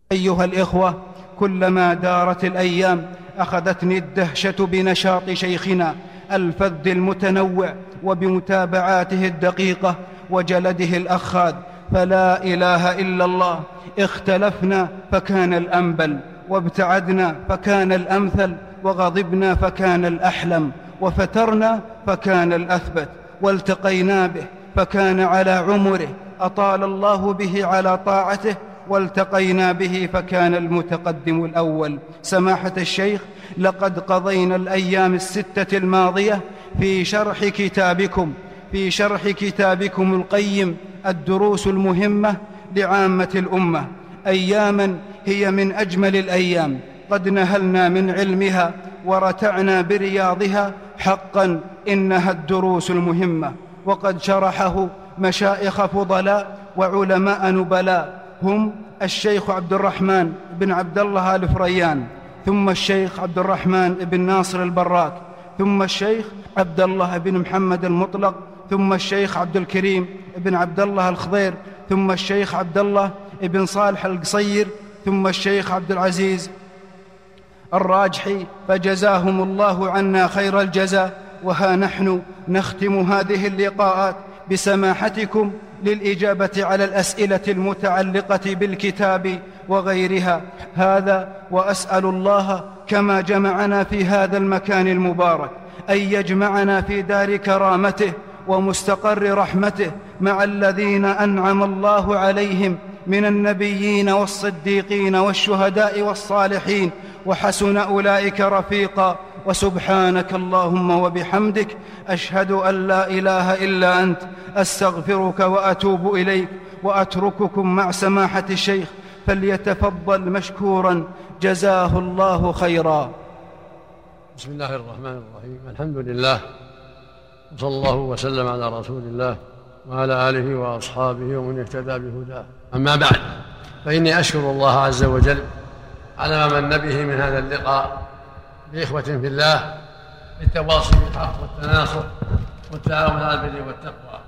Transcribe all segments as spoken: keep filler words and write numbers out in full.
أيها الإخوة، كلما دارت الأيام أخذتني الدهشة بنشاط شيخنا الفذ المتنوع وبمتابعاته الدقيقة وجلده الأخاذ، فلا إله إلا الله. اختلفنا فكان الأنبل، وابتعدنا فكان الأمثل، وغضبنا فكان الأحلم، وفترنا فكان الأثبت، والتقينا به فكان على عمره، أطال الله به على طاعته، والتقينا به فكان المتقدم الأول. سماحة الشيخ، لقد قضينا الأيام الستة الماضية في شرح كتابكم في شرح كتابكم القيم الدروس المهمة لعامة الأمة، أياما هي من أجمل الأيام، قد نهلنا من علمها ورتعنا برياضها. حقا إنها الدروس المهمة، وقد شرحه مشايخ فضلاء وعلماء نبلاء، هم الشيخ عبد الرحمن بن عبد الله آل فريان، ثم الشيخ عبد الرحمن بن ناصر البراك، ثم الشيخ عبد الله بن محمد المطلق، ثم الشيخ عبد الكريم بن عبد الله الخضير، ثم الشيخ عبد الله بن صالح القصير، ثم الشيخ عبد العزيز الراجحي، فجزاهم الله عنا خير الجزاء. وها نحن نختم هذه اللقاءات بسماحتكم للإجابة على الأسئلة المتعلقة بالكتاب وغيرها. هذا وأسأل الله كما جمعنا في هذا المكان المبارك أن يجمعنا في دار كرامته ومستقر رحمته مع الذين أنعم الله عليهم من النبيين والصديقين والشهداء والصالحين، وحسن أولئك رفيقا. وسبحانك اللهم وبحمدك، أشهد أن لا إله إلا أنت، أستغفرك وأتوب إليك، وأترككم مع سماحة الشيخ، فليتفضل مشكورا جزاه الله خيرا. بسم الله الرحمن الرحيم. الحمد لله، وصلى الله وسلم على رسول الله وعلى آله وأصحابه ومن اهتدى بهداه. أما بعد، فإني أشكر الله عز وجل على ما من به من هذا اللقاء بإخوة في الله، للتواصي بالحق والتناصر والتعاون على البر والتقوى.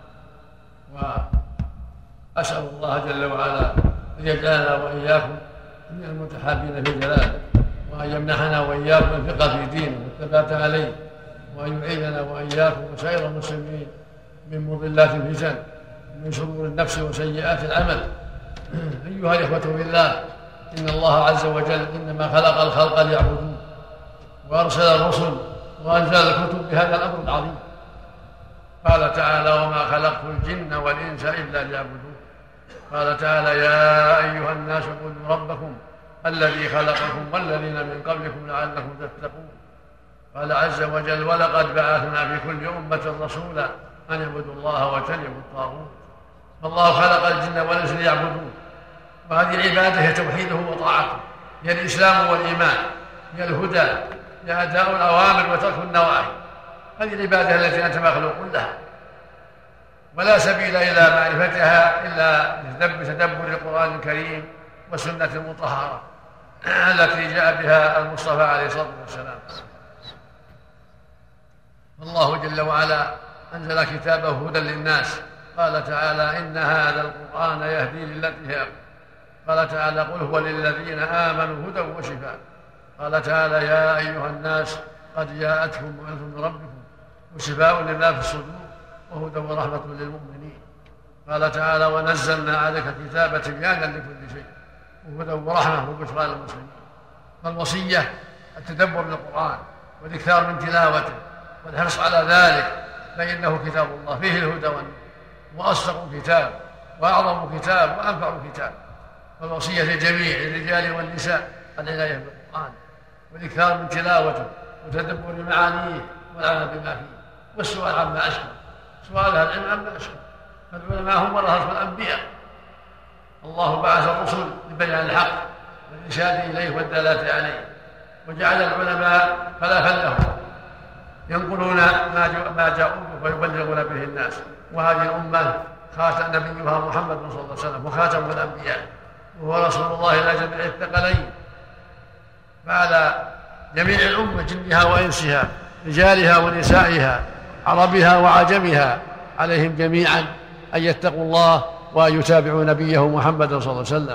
وأسأل الله جل وعلا أن يجعلنا وإياكم من المتحابين في جلاله، وأن يمنحنا وإياكم الفقه في دينه والثبات عليه، وأن يعيننا وإياكم وسائر المسلمين من مضلات الفتن، من شرور النفس وسيئات العمل. أيها الإخوة في الله، إن الله عز وجل إنما خلق الخلق ليعبدوه، وأرسل الرسل وأنزل الكتب بهذا الأمر العظيم. قال تعالى: وما خلقت الجن والإنس إلا ليعبدون. قال تعالى: يا أيها الناس اعبدوا ربكم الذي خلقكم والذين من قبلكم لعلكم تتقون. قال عز وجل: ولقد بعثنا في كل أمة رسولا أن اعبدوا الله واجتنبوا الطاغوت. فالله خلق الجن والإنس ليعبدون، وهذه العبادة هي توحيده وطاعته، هي الإسلام والإيمان، هي الهدى، هي أداء الأوامر وترك النواهي. هذه العبادة التي أنت مخلوق لها، ولا سبيل إلى معرفتها إلا بتدبر القرآن الكريم والسنة المطهرة التي جاء بها المصطفى عليه الصلاة والسلام. الله جل وعلا أنزل كتابه هدى للناس. قال تعالى: إن هذا القرآن يهدي للتي هي أقوم. قال تعالى: قل هو للذين آمنوا هدى وشفاء. قال تعالى: يا أيها الناس قد جاءتكم موعظة من ربكم وشفاء لما في الصدور وهدى ورحمة للمؤمنين. قال تعالى: ونزلنا عليك الكتاب تبيانا لكل شيء وهدى ورحمة وبشرى للمسلمين. فالوصية التدبر للقرآن والإكثار من تلاوته والحرص على ذلك، فإنه كتاب الله فيه الهدى والنور، وأصدق كتاب وأعظم كتاب وأنفع كتاب. فالوصية للجميع الرجال والنساء العناية بالقرآن والإكثار من تلاوته وتدبر معانيه والعمل بما فيه، والسؤال عما أشكل، سؤال العلم عما أشكل. فالعلماء هم ورثة الأنبياء، الله بعث الرسل لبيان الحق والإرشاد إليه والدلالة عليه، وجعل العلماء خلفا لهم ينقلون ما جاءوا به ويبلغون به الناس. وهذه الأمة خاتم نبيها محمد صلى الله عليه وسلم وخاتم الأنبياء، وهو رسول الله إلى جميع الثقلين. فعلى جميع الأمة جنها وإنسها، رجالها ونسائها، عربها وعجمها، عليهم جميعا أن يتقوا الله وأن يتابعوا نبيه محمد صلى الله عليه وسلم،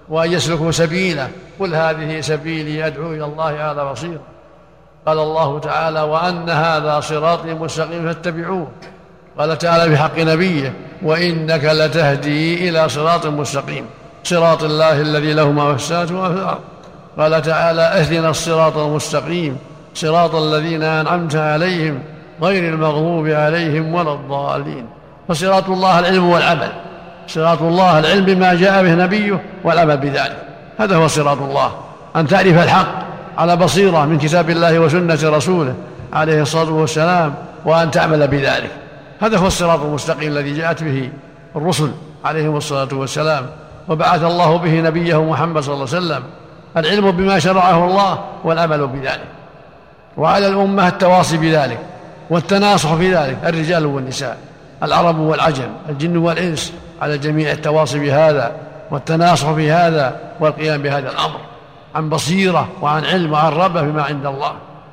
وأن يسلكوا سبيله. قل هذه سبيلي أدعو إلى الله على بصيرة. قال الله تعالى وأن هذا صراطي مستقيم فاتبعوه. قال تعالى في حق نبيه وإنك لتهدي إلى صراط مستقيم صراط الله الذي له ما في السماوات وما في الأرض. قال تعالى اهدنا الصراط المستقيم صراط الذين أنعمت عليهم غير المغضوب عليهم ولا الضالين. فصراط الله العلم والعمل، صراط الله العلم بما جاء به نبيه والعمل بذلك، هذا هو صراط الله، أن تعرف الحق على بصيرة من كتاب الله وسنة رسوله عليه الصلاة والسلام وأن تعمل بذلك. هذا هو الصراط المستقيم الذي جاءت به الرسل عليهم الصلاة والسلام وبعث الله به نبيه محمد صلى الله عليه وسلم. العلم بما شرعه الله والعمل بذلك، وعلى الأمة التواصي بذلك والتناصح في ذلك، الرجال والنساء، العرب والعجم، الجن والإنس، على جميع التواصي بهذا والتناصح في هذا والقيام بهذا الأمر عن بصيرة وعن علم وعن رغبة بما عند الله.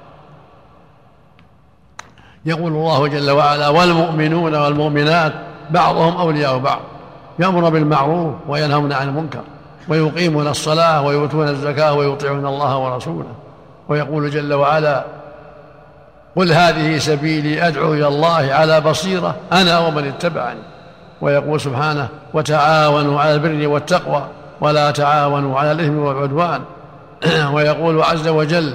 يقول الله جل وعلا والمؤمنون والمؤمنات بعضهم أولياء بعض يأمر بالمعروف وينهون عن المنكر ويقيمون الصلاة ويؤتون الزكاة ويطيعون الله ورسوله. ويقول جل وعلا قل هذه سبيلي أدعو إلى الله على بصيرة أنا ومن اتبعني. ويقول سبحانه وتعاونوا على البر والتقوى ولا تعاونوا على الإثم والعدوان. ويقول عز وجل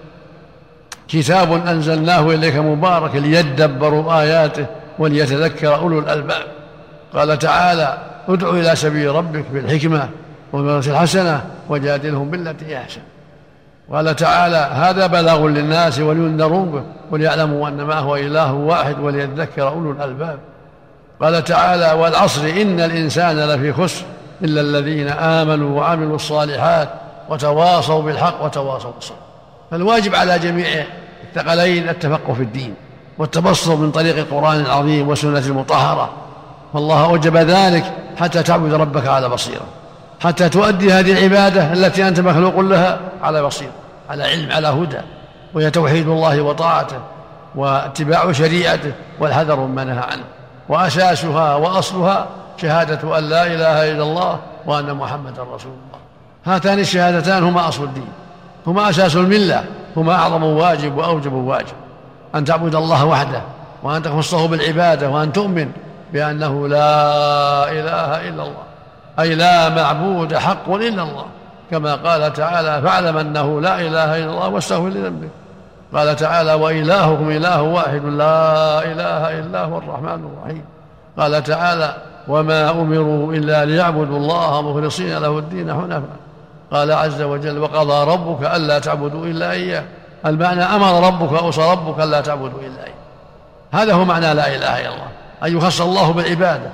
كتاب أنزلناه إليك مبارك ليدبروا آياته وليتذكر أولو الألباب. قال تعالى ادع إلى سبيل ربك بالحكمة والموعظة الحسنة وجادلهم بالتي أحسن. قال تعالى هذا بلاغ للناس ولينذروا به وليعلموا أنما هو إله واحد وليذكر أولو الألباب. قال تعالى والعصر إن الإنسان لفي خسر إلا الذين آمنوا وعملوا الصالحات وتواصوا بالحق وتواصوا بالصبر. فالواجب على جميع الثقلين التفقه في الدين والتبصر من طريق القرآن العظيم والسنة المطهرة، فالله أوجب ذلك حتى تعبد ربك على بصيرة، حتى تؤدي هذه العبادة التي أنت مخلوق لها على بصيرة، على علم، على هدى، وهي توحيد الله وطاعته واتباع شريعته والحذر مما نهى عنه. وأساسها وأصلها شهادة أن لا إله إلا الله وأن محمدا رسول الله. هاتان الشهادتان هما أصل الدين، هما أساس الملة، هما أعظم واجب وأوجب واجب، أن تعبد الله وحده وأن تخصه بالعبادة وأن تؤمن بأنه لا إله إلا الله، أي لا معبود حق إلا الله، كما قال تعالى فاعلم أنه لا إله إلا الله واستغفر لذنبك. قال تعالى وإلهكم إله واحد لا إله إلا هو الرحمن الرحيم. قال تعالى وما أمروا إلا ليعبدوا الله مخلصين له الدين حنفاء. قال عز وجل وقضى ربك ألا تعبدوا إلا إياه، المعنى أمر ربك أوصى ربك ألا تعبدوا إلا إياه. هذا هو معنى لا إله إلا الله، أن يخص الله بالعبادة،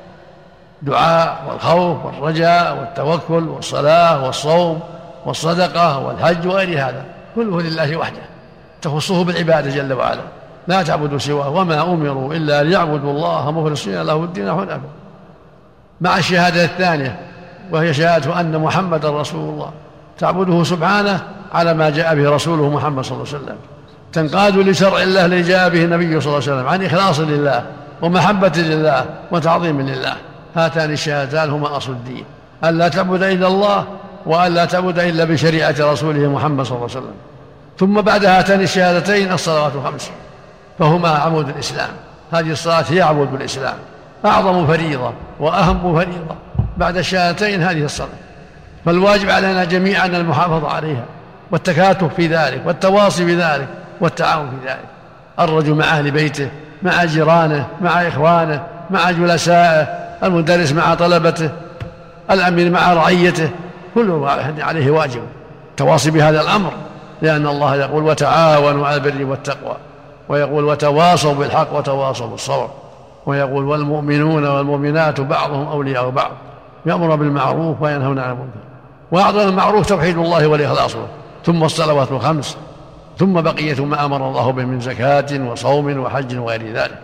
دعاء والخوف والرجاء والتوكل والصلاة والصوم والصدقة والحج وغير هذا كله لله وحده، تخصه بالعبادة جل وعلا، لا تعبدوا سواه. وما أمروا إلا ليعبدوا الله مخلصين له الدين حنفاء. مع الشهادة الثانية وهي شهادة أن محمد رسول الله، تعبده سبحانه على ما جاء به رسوله محمد صلى الله عليه وسلم، تنقاد لشرع الله الذي جاء به النبي صلى الله عليه وسلم عن إخلاص لله ومحبة لله وتعظيم لله. هاتان الشهادتان هما أصل الدين، أن لا تعبد إلا الله وأن لا تعبد إلا بشريعة رسوله محمد صلى الله عليه وسلم. ثم بعد هاتان الشهادتين الصلوات الخمس، فهما عمود الإسلام. هذه الصلاة هي عمود الإسلام، أعظم فريضة وأهم فريضة بعد الشهادتين هذه الصلاة، فالواجب علينا جميعا المحافظة عليها والتكاتف في ذلك والتواصي بذلك والتعاون في ذلك، الرجل مع أهل بيته، مع جيرانه، مع إخوانه، مع جلسائه، المدرس مع طلبته، الأمير مع رعيته، كل واحد عليه واجب التواصي بهذا الأمر، لأن الله يقول وتعاونوا على البر والتقوى، ويقول وتواصوا بالحق وتواصوا بالصبر، ويقول والمؤمنون والمؤمنات بعضهم أولياء بعض يأمر بالمعروف وينهون عن المنكر. وأعظم المعروف توحيد الله والإخلاص له، ثم الصلوات الخمس، ثم بقية ما أمر الله به من زكاة وصوم وحج وغير ذلك.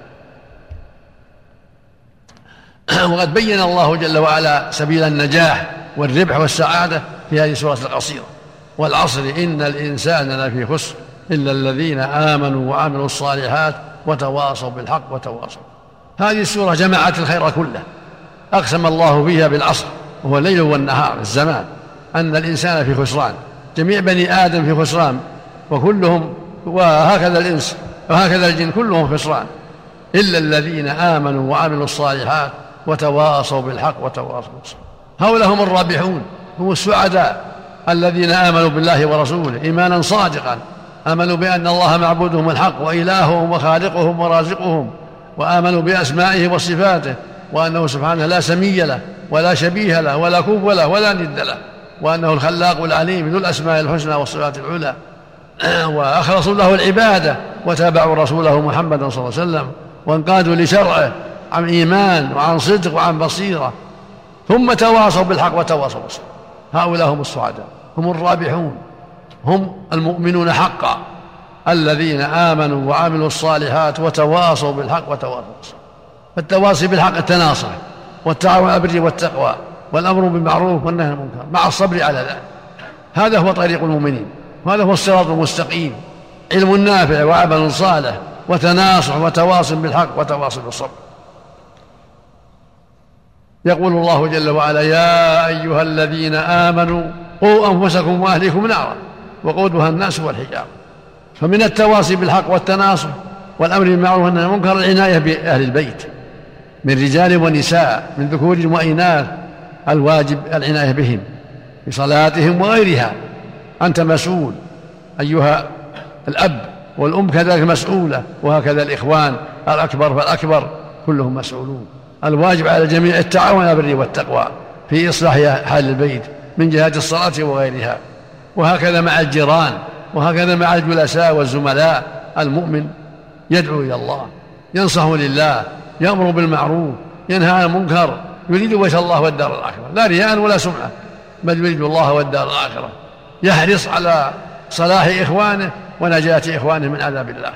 وقد بين الله جل وعلا سبيل النجاح والربح والسعادة في هذه السورة القصيرة، والعصر إن الإنسان لفي خسر إلا الذين آمنوا وعملوا الصالحات وتواصوا بالحق وتواصوا. هذه السورة جمعت الخير كله، أقسم الله فيها بالعصر وهو الليل والنهار الزمان، أن الإنسان في خسران، جميع بني آدم في خسران، وكلهم وهكذا الإنس وهكذا الجن كلهم خسران إلا الذين آمنوا وعملوا الصالحات وتواصوا بالحق وتواصوا بالصبر. هؤلاء هم الرابحون، هم السعداء الذين آمنوا بالله ورسوله إيمانا صادقا، آمنوا بأن الله معبودهم الحق وإلههم وخالقهم ورازقهم، وآمنوا بأسمائه وصفاته، وأنه سبحانه لا سمي له ولا شبيه له ولا كفو له ولا ند له، وأنه الخلاق العليم ذو الأسماء الحسنى والصفات العلى، وأخلصوا له العبادة وتابعوا رسوله محمدا صلى الله عليه وسلم وانقادوا لشرعه عن إيمان وعن صدق وعن بصيرة، ثم تواصوا بالحق وتواصوا بالصبر. هؤلاء هم السعداء، هم الرابحون، هم المؤمنون حقا الذين آمنوا وعملوا الصالحات وتواصوا بالحق وتواصوا بالصبر. فالتواصي بالحق التناصح والتعاون على البر والتقوى والأمر بالمعروف والنهي عن المنكر مع الصبر على ذلك، هذا هو طريق المؤمنين، وهذا هو الصراط المستقيم، علم نافع وعمل صالح وتناصح وتواصل بالحق وتواصل بالصبر. يقول الله جل وعلا: يا أيها الذين آمنوا قوا أنفسكم وأهليكم نارا وقودها الناس والحجارة. فمن التواصي بالحق والتناصح والأمر بالمعروف والنهي عن المنكر العناية بأهل البيت من رجال ونساء، من ذكور وإناث، الواجب العناية بهم بصلاتهم وغيرها. أنت مسؤول أيها الأب، والأم كذلك مسؤولة، وهكذا الإخوان الأكبر فالأكبر كلهم مسؤولون. الواجب على الجميع التعاون على البر والتقوى في إصلاح حال البيت من جهة الصلاة وغيرها، وهكذا مع الجيران، وهكذا مع الجلساء والزملاء. المؤمن يدعو إلى الله، ينصح لله، يأمر بالمعروف، ينهى عن المنكر، يريد وجه الله والدار الآخرة، لا رياء ولا سمعة، بل يريد الله والدار الآخرة، يحرص على صلاح إخوانه ونجاة إخوانه من عذاب الله.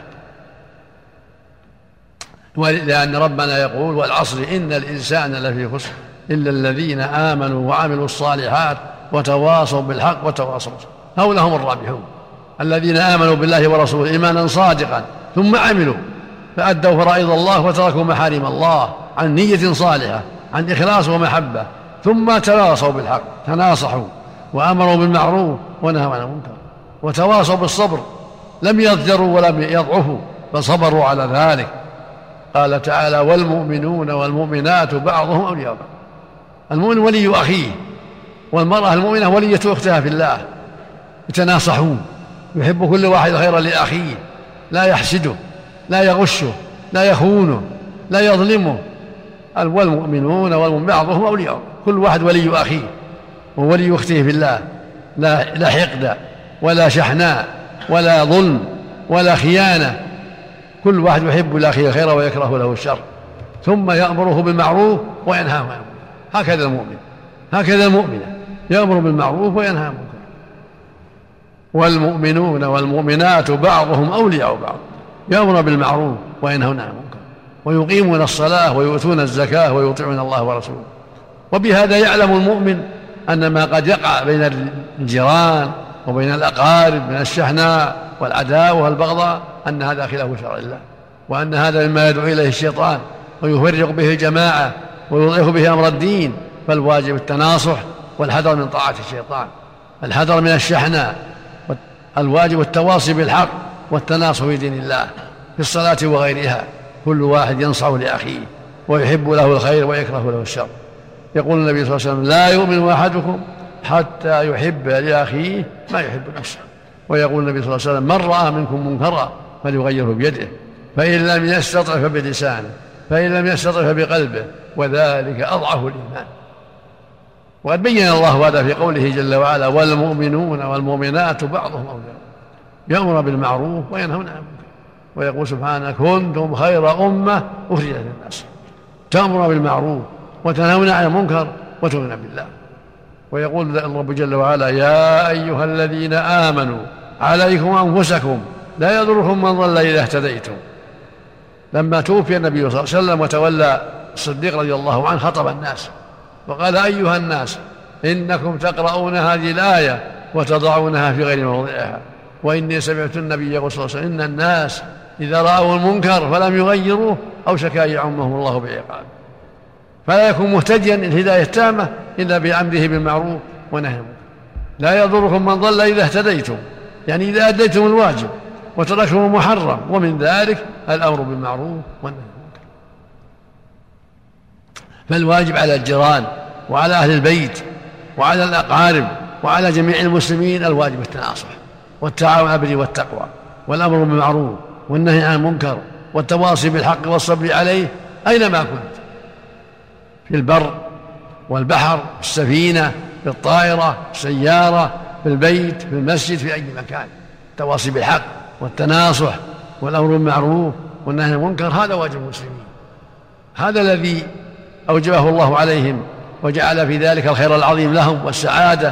ولأن ربنا يقول: والعصر إن الإنسان لفي خسر إلا الذين آمنوا وعملوا الصالحات وتواصوا بالحق وتواصوا بالصبر. هؤلاء هم الرابحون الذين آمنوا بالله ورسوله إيمانا صادقا، ثم عملوا فأدوا فرائض الله وتركوا محارم الله عن نية صالحة، عن إخلاص ومحبة، ثم تواصوا بالحق، تناصحوا وأمروا بالمعروف ونهوا عن المنكر وتواصوا بالصبر، لم يضجروا ولم يضعفوا بل صبروا على ذلك. قال تعالى: والمؤمنون والمؤمنات بعضهم أولياء بعض. المؤمن ولي أخيه، والمرأة المؤمنة ولية أختها في الله، يتناصحون، يحب كل واحد خيرا لأخيه، لا يحسده، لا يغشه، لا يخونه، لا يظلمه. والمؤمنون والمؤمنات بعضهم أولياء، كل واحد ولي أخيه وولي أخته في الله، لا لا حقد ولا شحناء ولا ظلم ولا خيانة، كل واحد يحب لأخيه الخير ويكره له الشر، ثم يأمره بالمعروف وينهاه عن المنكر. هكذا المؤمن، هكذا المؤمنة، يأمر بالمعروف وينهى عن المنكر. والمؤمنون والمؤمنات بعضهم أولياء بعض، يأمر بالمعروف وينهون عن المنكر، ويقيمون الصلاة ويؤتون الزكاة ويطيعون الله ورسوله. وبهذا يعلم المؤمن أن ما قد يقع بين الجيران وبين الأقارب من الشحناء والعداوة والبغضاء أن هذا خلاف شرع الله، وأن هذا مما يدعو إليه الشيطان ويفرق به الجماعة ويضعف به أمر الدين. فالواجب التناصح والحذر من طاعة الشيطان، الحذر من الشحناء، الواجب التواصي بالحق والتناصح في دين الله في الصلاة وغيرها، كل واحد ينصح لأخيه ويحب له الخير ويكره له الشر. يقول النبي صلى الله عليه وسلم: لا يؤمن أحدكم حتى يحب لأخيه ما يحب نفسه. ويقول النبي صلى الله عليه وسلم: من رأى منكم منكرا فليغيره بيده، فإن لم يستطع فبلسانه، فإن لم يستطع فبقلبه، وذلك أضعف الإيمان. وقد بين الله هذا في قوله جل وعلا: والمؤمنون والمؤمنات بعضهم أولياء، يأمر بالمعروف وينهون عن المنكر. ويقول سبحانه: كنتم خير أمة أخرجت للناس تأمر بالمعروف وتنهون عن المنكر وتؤمنون بالله. ويقول الرب جل وعلا: يا أيها الذين آمنوا عليكم أنفسكم لا يضركم من ضل إذا اهتديتم. لما توفي النبي صلى الله عليه وسلم وتولى الصديق رضي الله عنه خطب الناس وقال: أيها الناس إنكم تقرؤون هذه الآية وتضعونها في غير موضعها، وإني سمعت النبي يقول صلى الله عليه وسلم: إن الناس إذا رأوا المنكر فلم يغيروه أوشك أن يعمهم الله بعقابه. فلا يكون مهتديا الهداية التامة إلا بأمره بالمعروف ونهيه عن المنكر. لا يضركم من ضل إذا اهتديتم، يعني إذا أديتم الواجب وتركتم المحرم، ومن ذلك الأمر بالمعروف والنهي عن المنكر. فالواجب على الجيران وعلى أهل البيت وعلى الأقارب وعلى جميع المسلمين الواجب التناصح والتعاون على البر والتقوى والأمر بالمعروف والنهي عن المنكر والتواصي بالحق والصبر عليه أينما كنت، في البر والبحر، في السفينة، في الطائرة، في السيارة، في البيت، في المسجد، في أي مكان. التواصي بالحق والتناصح والأمر بالمعروف والنهي عن المنكر هذا واجب المسلمين، هذا الذي أوجبه الله عليهم وجعل في ذلك الخير العظيم لهم والسعادة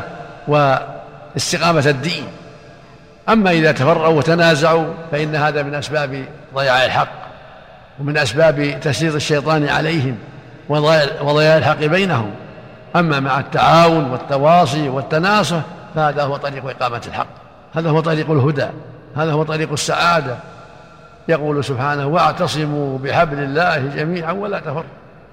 واستقامة الدين. أما إذا تفرعوا وتنازعوا فإن هذا من أسباب ضياع الحق ومن أسباب تسليط الشيطان عليهم وضياع الحق بينهم. أما مع التعاون والتواصي والتناصح فهذا هو طريق إقامة الحق، هذا هو طريق الهدى، هذا هو طريق السعادة. يقول سبحانه: واعتصموا بحبل الله جميعا ولا تفرقوا.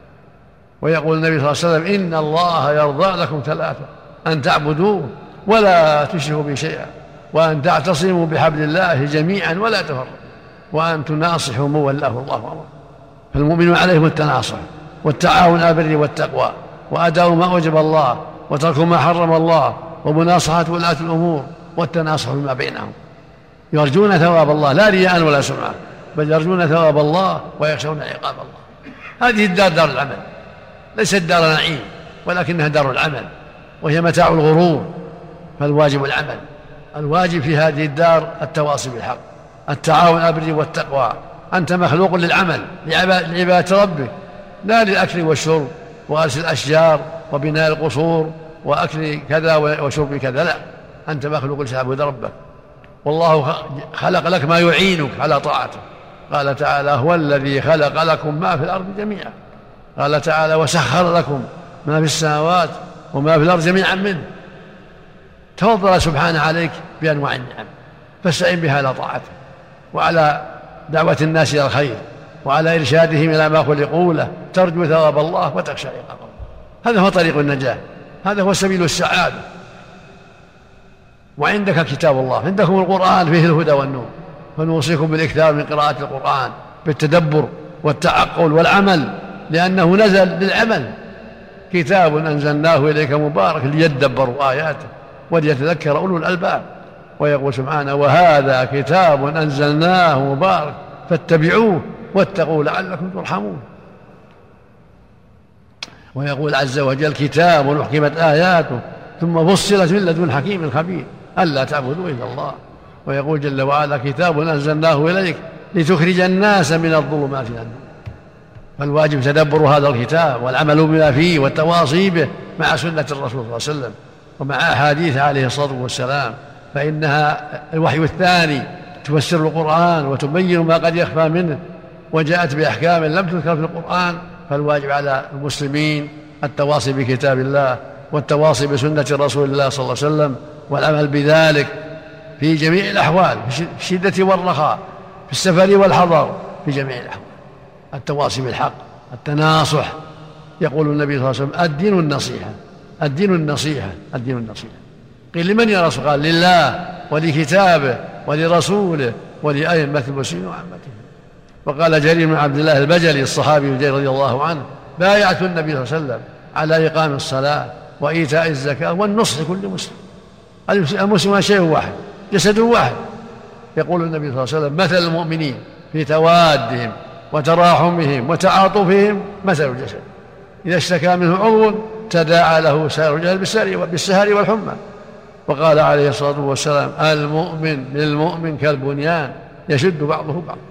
ويقول النبي صلى الله عليه وسلم: إن الله يرضى لكم ثلاثة: أن تعبدوه ولا تشركوا به شيئا، وأن تعتصموا بحبل الله جميعا ولا تفرقوا، وأن تناصحوا من ولاه الله أمره. فالمؤمنون عليهم التناصح والتعاون على البر والتقوى وأداء ما أوجب الله وترك ما حرم الله ومناصحة ولاة الأمور والتناصح فيما بينهم، يرجون ثواب الله لا رياء ولا سمعة، بل يرجون ثواب الله ويخشون عقاب الله. هذه الدار دار العمل، ليست دار نعيم ولكنها دار العمل، وهي متاع الغرور. فالواجب العمل، الواجب في هذه الدار التواصي بالحق، التعاون على البر والتقوى. أنت مخلوق للعمل لعبادة ربك، لا للأكل والشرب وغرس الأشجار وبناء القصور وأكل كذا وشرب كذا، لا، أنت مخلوق لتعبد ربك، والله خلق لك ما يعينك على طاعته. قال تعالى: هو الذي خلق لكم ما في الأرض جميعا. قال تعالى: وسخر لكم ما في السماوات وما في الأرض جميعا منه. تفضل سبحانه عليك بأنواع النعم، فاستعن بها على طاعته وعلى دعوة الناس إلى الخير وعلى إرشادهم إلى ما خلقوا له، ترجو ثواب الله وتخشى عقاب الله. هذا هو طريق النجاة، هذا هو سبيل السعادة. وعندك كتاب الله، عندكم القرآن فيه الهدى والنور، فنوصيكم بالإكثار من قراءة القرآن بالتدبر والتعقل والعمل، لأنه نزل للعمل. كتاب أنزلناه إليك مبارك ليدبروا آياته وليتذكر أولو الألباب. ويقول سبحانه: وهذا كتاب أنزلناه مبارك فاتبعوه واتقوا لعلكم ترحمون. ويقول عز وجل: كتاب أحكمت آياته ثم فصلت من لدن حكيم خبير ألا تعبدوا إلا الله. ويقول جل وعلا: كتاب أنزلناه إليك لتخرج الناس من الظلمات إلى النور. فالواجب تدبر هذا الكتاب والعمل بما فيه والتواصي به مع سنة الرسول صلى الله عليه وسلم ومع أحاديث عليه الصلاة والسلام، فإنها الوحي الثاني تفسر القرآن وتبين ما قد يخفى منه، وجاءت بأحكام لم تذكر في القرآن. فالواجب على المسلمين التواصي بكتاب الله والتواصي بسنة رسول الله صلى الله عليه وسلم والعمل بذلك في جميع الأحوال، في الشدة والرخاء، في السفر والحضر، في جميع الأحوال. التواصي بالحق، التناصح. يقول النبي صلى الله عليه وسلم: الدين النصيحة، الدين النصيحة، الدين النصيحة. قيل: لمن يا رسول؟ قال: لله ولكتابه ولرسوله ولأئمة المسلمين وعامتهم. وقال جرير بن عبد الله البجلي الصحابي الجليل رضي الله عنه: بايعت النبي صلى الله عليه وسلم على إقام الصلاة وإيتاء الزكاة والنصح لكل مسلم. المسلم شيء واحد، جسد واحد. يقول النبي صلى الله عليه وسلم: مثل المؤمنين في توادهم وتراحمهم وتعاطفهم مثل الجسد، إذا اشتكى منه عضو تداعى له سائر الجسد بالسهر والحمى. وقال عليه الصلاة والسلام: المؤمن للمؤمن كالبنيان يشد بعضه بعضا.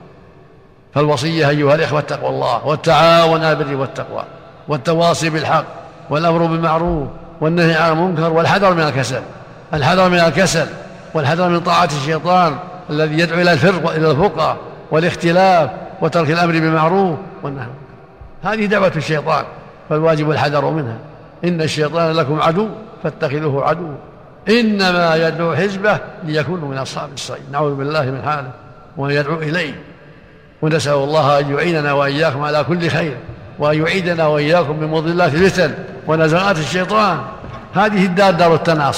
فالوصية أيها الإخوة تقوى الله والتعاون على البر والتقوى والتواصي بالحق والأمر بالمعروف والنهي عن المنكر والحذر من الكسل، الحذر من الكسل والحذر من طاعة الشيطان الذي يدعو إلى الفرق إلى الفرقة والاختلاف وترك الأمر بالمعروف والنهي عن المنكر. هذه دعوة الشيطان، فالواجب الحذر منها. إن الشيطان لكم عدو فاتخذوه عدو، إنما يدعو حزبه ليكونوا من أصحاب السعير. نعوذ بالله من حاله ويدعو إليه. ونسأل الله أن يعيننا وإياكم على كل خير، وأن يعيدنا وإياكم من مضلات الفتن ونزغات الشيطان. هذه الدار دار التناصح،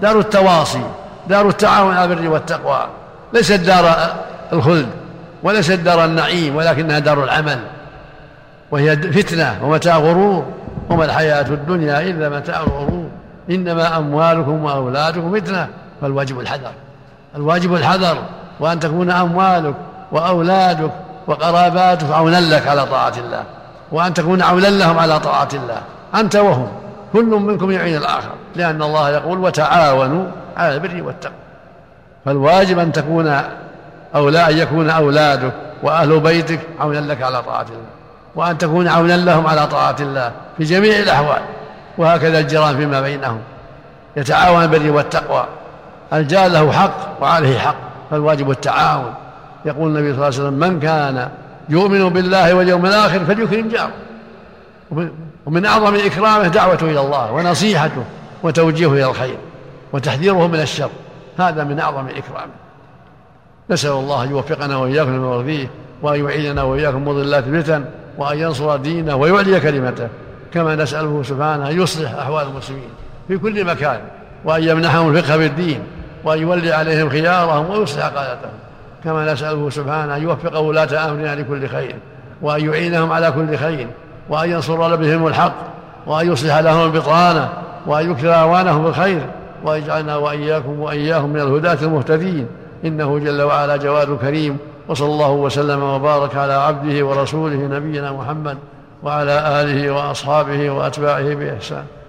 دار التواصي، دار التعاون على البر والتقوى، ليست دار الخلد وليست دار النعيم، ولكنها دار العمل، وهي فتنة ومتاع غرور، وما الحياة الدنيا إلا متاع الغرور، إنما أموالكم وأولادكم فتنة. فالواجب الحذر، الواجب الحذر، وأن تكون أموالك وأولادك وقراباتك عونا لك على طاعة الله، وأن تكون عونا لهم على طاعة الله، أنت وهم، كل منكم يعين الآخر، لأن الله يقول وتعاونوا على البر والتقوى. فالواجب أن تكون أولا أن يكون أولادك وأهل بيتك عونا لك على طاعة الله، وأن تكون عونا لهم على طاعة الله في جميع الأحوال. وهكذا الجيران فيما بينهم يتعاون بالبر والتقوى، الجار له حق وعليه حق، فالواجب التعاون. يقول النبي صلى الله عليه وسلم من كان يؤمن بالله واليوم الآخر فليكرم جاره، ومن أعظم إكرامه دعوته إلى الله ونصيحته وتوجيهه إلى الخير وتحذيره من الشر، هذا من أعظم إكرامه. نسأل الله أن يوفقنا وإياكم لما يرضيه، وأن يعيننا وإياكم مضلات الفتن، وأن ينصر دينه ويعلي كلمته، كما نسأله سبحانه أن يصلح أحوال المسلمين في كل مكان، وأن يمنحهم الفقه في الدين، وأن يولي عليهم خيارهم ويصلح قادتهم، كما نسأله سبحانه أن يوفق ولاة أمرنا لكل خير، وأن يعينهم على كل خير، وأن ينصر بهم الحق، وأن يصلح لهم البطانة، وأن يكثر أعوانهم بالخير، وأن يجعلنا وإياكم وإياهم من الهداة المهتدين، إنه جل وعلا جواد كريم. وصلى الله وسلم وبارك على عبده ورسوله نبينا محمد وعلى آله وأصحابه وأتباعه بإحسان.